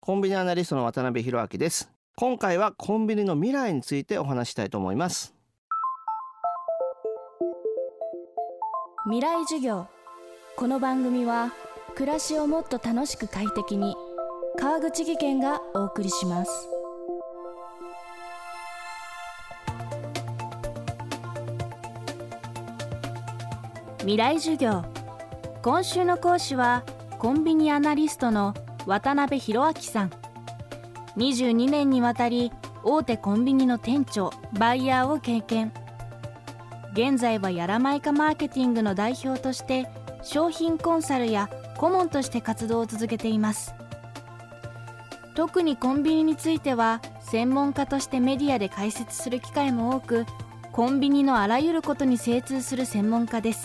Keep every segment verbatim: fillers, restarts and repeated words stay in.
コンビニアナリストの渡辺弘明です。今回はコンビニの未来についてお話したいと思います。 未来授業。この番組は暮らしをもっと楽しく快適に、川口義賢がお送りします。未来授業。今週の講師はコンビニアナリストの渡辺弘明さん。にじゅうにねんにわたり大手コンビニの店長、バイヤーを経験。現在はやらまいかマーケティングの代表として商品コンサルや顧問として活動を続けています。特にコンビニについては専門家としてメディアで解説する機会も多く、コンビニのあらゆることに精通する専門家です。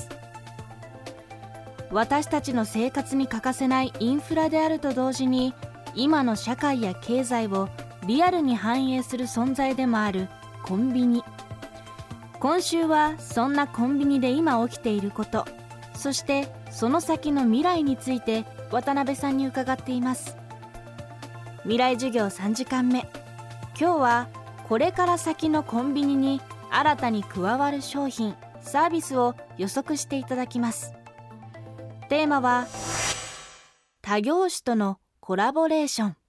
私たちの生活に欠かせないインフラであると同時に、今の社会や経済をリアルに反映する存在でもあるコンビニ。今週はそんなコンビニで今起きていること、そしてその先の未来について渡辺さんに伺っています。未来授業さんじかんめ。今日はこれから先のコンビニに新たに加わる商品、サービスを予測していただきます。テーマは他業種とのコラボレーション。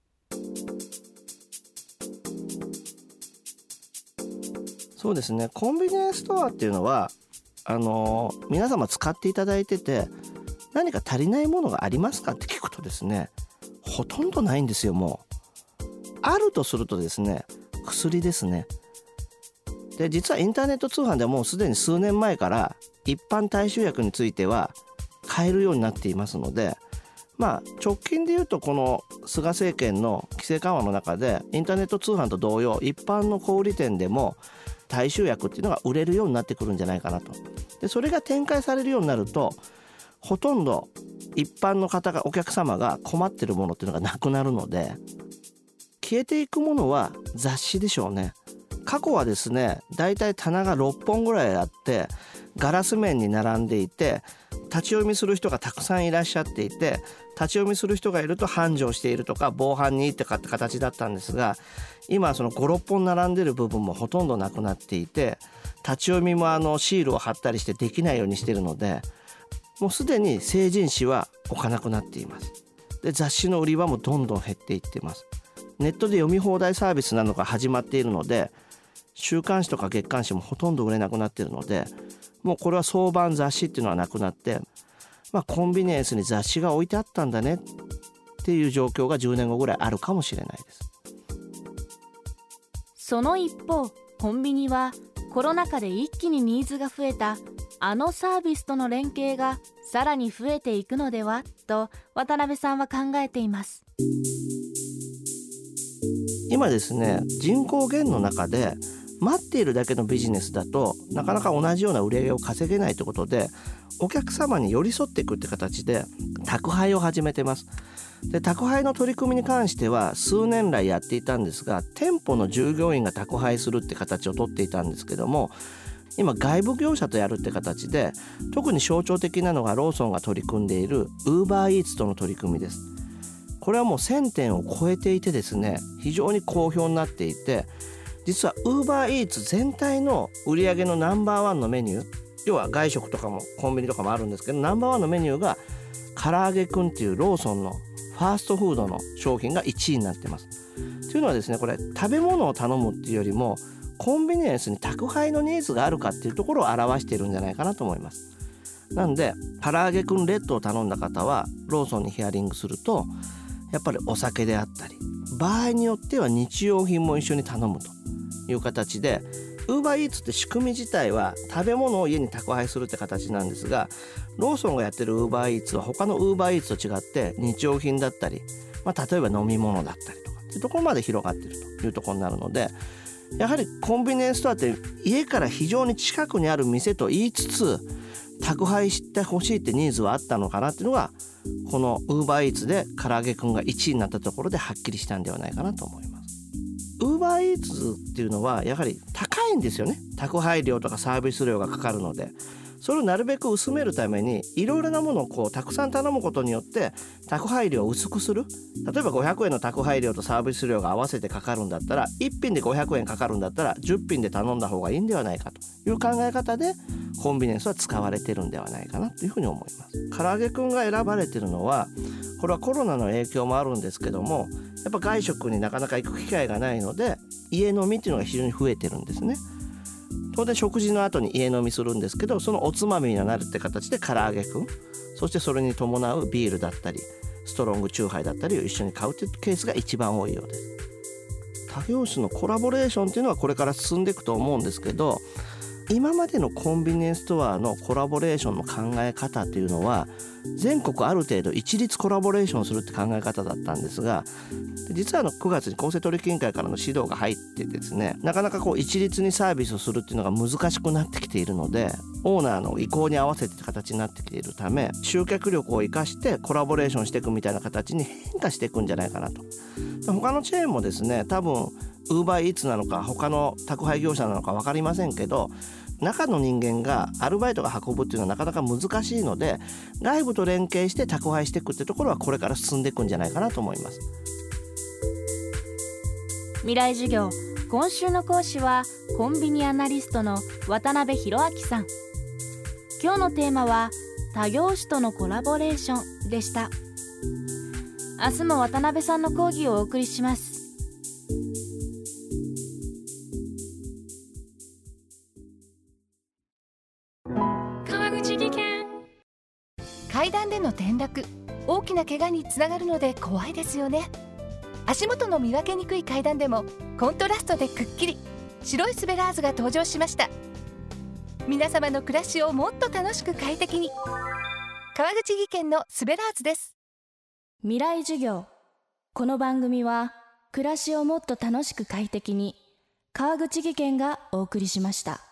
そうですね、コンビニエンスストアっていうのはあのー、皆様使っていただいてて、何か足りないものがありますかって聞くとですね、ほとんどないんですよ。もうあるとするとですね、薬ですね。で、実はインターネット通販ではもうすでに数年前から一般大衆薬については買えるようになっていますので、まあ直近でいうとこの菅政権の規制緩和の中でインターネット通販と同様、一般の小売店でも大衆薬っていうのが売れるようになってくるんじゃないかなと。で、それが展開されるようになると、ほとんど一般の方が、お客様が困ってるものっていうのがなくなるので、消えていくものは雑誌でしょうね。過去はですね、だいたい棚がろっぽんぐらいあってガラス面に並んでいて、立ち読みする人がたくさんいらっしゃっていて、立ち読みする人がいると繁盛しているとか防犯にって形だったんですが、今そのご、ろっぽん並んでる部分もほとんどなくなっていて、立ち読みもあのシールを貼ったりしてできないようにしているので、もうすでに成人誌は置かなくなっています。で、雑誌の売り場もどんどん減っていっています。ネットで読み放題サービスなどが始まっているので、週刊誌とか月刊誌もほとんど売れなくなっているので、もうこれは総版雑誌っていうのはなくなって、まあ、コンビニエンスに雑誌が置いてあったんだねっていう状況がじゅうねんごぐらいあるかもしれないです。 その一方、コンビニはコロナ禍で一気にニーズが増えたあのサービスとの連携がさらに増えていくのではと渡辺さんは考えています。 今ですね、人口減の中で待っているだけのビジネスだとなかなか同じような売り上げを稼げないということで、お客様に寄り添っていくって形で宅配を始めてます。で、宅配の取り組みに関しては数年来やっていたんですが、店舗の従業員が宅配するって形をとっていたんですけども、今外部業者とやるって形で、特に象徴的なのがローソンが取り組んでいる UberEats との取り組みです。これはもうせんてんを超えていてですね、非常に好評になっていて、実は UberEats 全体の売り上げのナンバーワンのメニュー、要は外食とかもコンビニとかもあるんですけど、ナンバーワンのメニューが唐揚げくんっていうローソンのファーストフードの商品がいちいになってます。というのはですね、これ食べ物を頼むっていうよりもコンビニエンスに宅配のニーズがあるかっていうところを表しているんじゃないかなと思います。なんで唐揚げくんレッドを頼んだ方はローソンにヒアリングすると、やっぱりお酒であったり、場合によっては日用品も一緒に頼むという形で、 UberEats って仕組み自体は食べ物を家に宅配するって形なんですが、ローソンがやってる UberEats は他の UberEats と違って日用品だったり、まあ、例えば飲み物だったりとかっていうところまで広がっているというところになるので、やはりコンビニエンスストアって家から非常に近くにある店と言いつつ宅配してほしいってニーズはあったのかなっていうのが、この UberEats で唐揚げくんがいちいになったところではっきりしたんではないかなと思います。 UberEats っていうのはやはり高いんですよね。宅配料とかサービス料がかかるので、 それをなるべく薄めるためにいろいろなものをこうたくさん頼むことによって宅配料を薄くする。例えばごひゃくえんの宅配料とサービス料が合わせてかかるんだったら、いっぴんでごひゃくえんかかるんだったらじゅっぴんで頼んだ方がいいんではないかという考え方でコンビニエンスは使われてるんではないかなというふうに思います。唐揚げくんが選ばれてるのは、これはコロナの影響もあるんですけども、やっぱ外食になかなか行く機会がないので家飲みっていうのが非常に増えてるんですね。当然食事の後に家飲みするんですけど、そのおつまみになるって形で唐揚げくん、そしてそれに伴うビールだったりストロングチューハイだったりを一緒に買うというケースが一番多いようです。他業種のコラボレーションっていうのはこれから進んでいくと思うんですけど、今までのコンビニエンスストアのコラボレーションの考え方っていうのは全国ある程度一律コラボレーションするって考え方だったんですが、実はあのくがつに公正取引委員会からの指導が入ってですね、なかなかこう一律にサービスをするっていうのが難しくなってきているので、オーナーの意向に合わせて形になってきているため、集客力を生かしてコラボレーションしていくみたいな形に変化していくんじゃないかなと。他のチェーンもですね、多分ウーバーイーツなのか他の宅配業者なのか分かりませんけど、中の人間がアルバイトが運ぶっていうのはなかなか難しいので、外部と連携して宅配していくってところはこれから進んでいくんじゃないかなと思います。 未来授業、今週の講師はコンビニアナリストの渡辺弘明さん。今日のテーマは他業種とのコラボレーションでした。明日も渡辺さんの講義をお送りします。 川口技研。階段での転落、大きな怪我につながるので怖いですよね。足元の見分けにくい階段でもコントラストでくっきり白いスベラーズが登場しました。皆様の暮らしをもっと楽しく快適に、川口技研のスベラーズです。 未来授業。この番組は暮らしをもっと楽しく快適に、川口技研がお送りしました。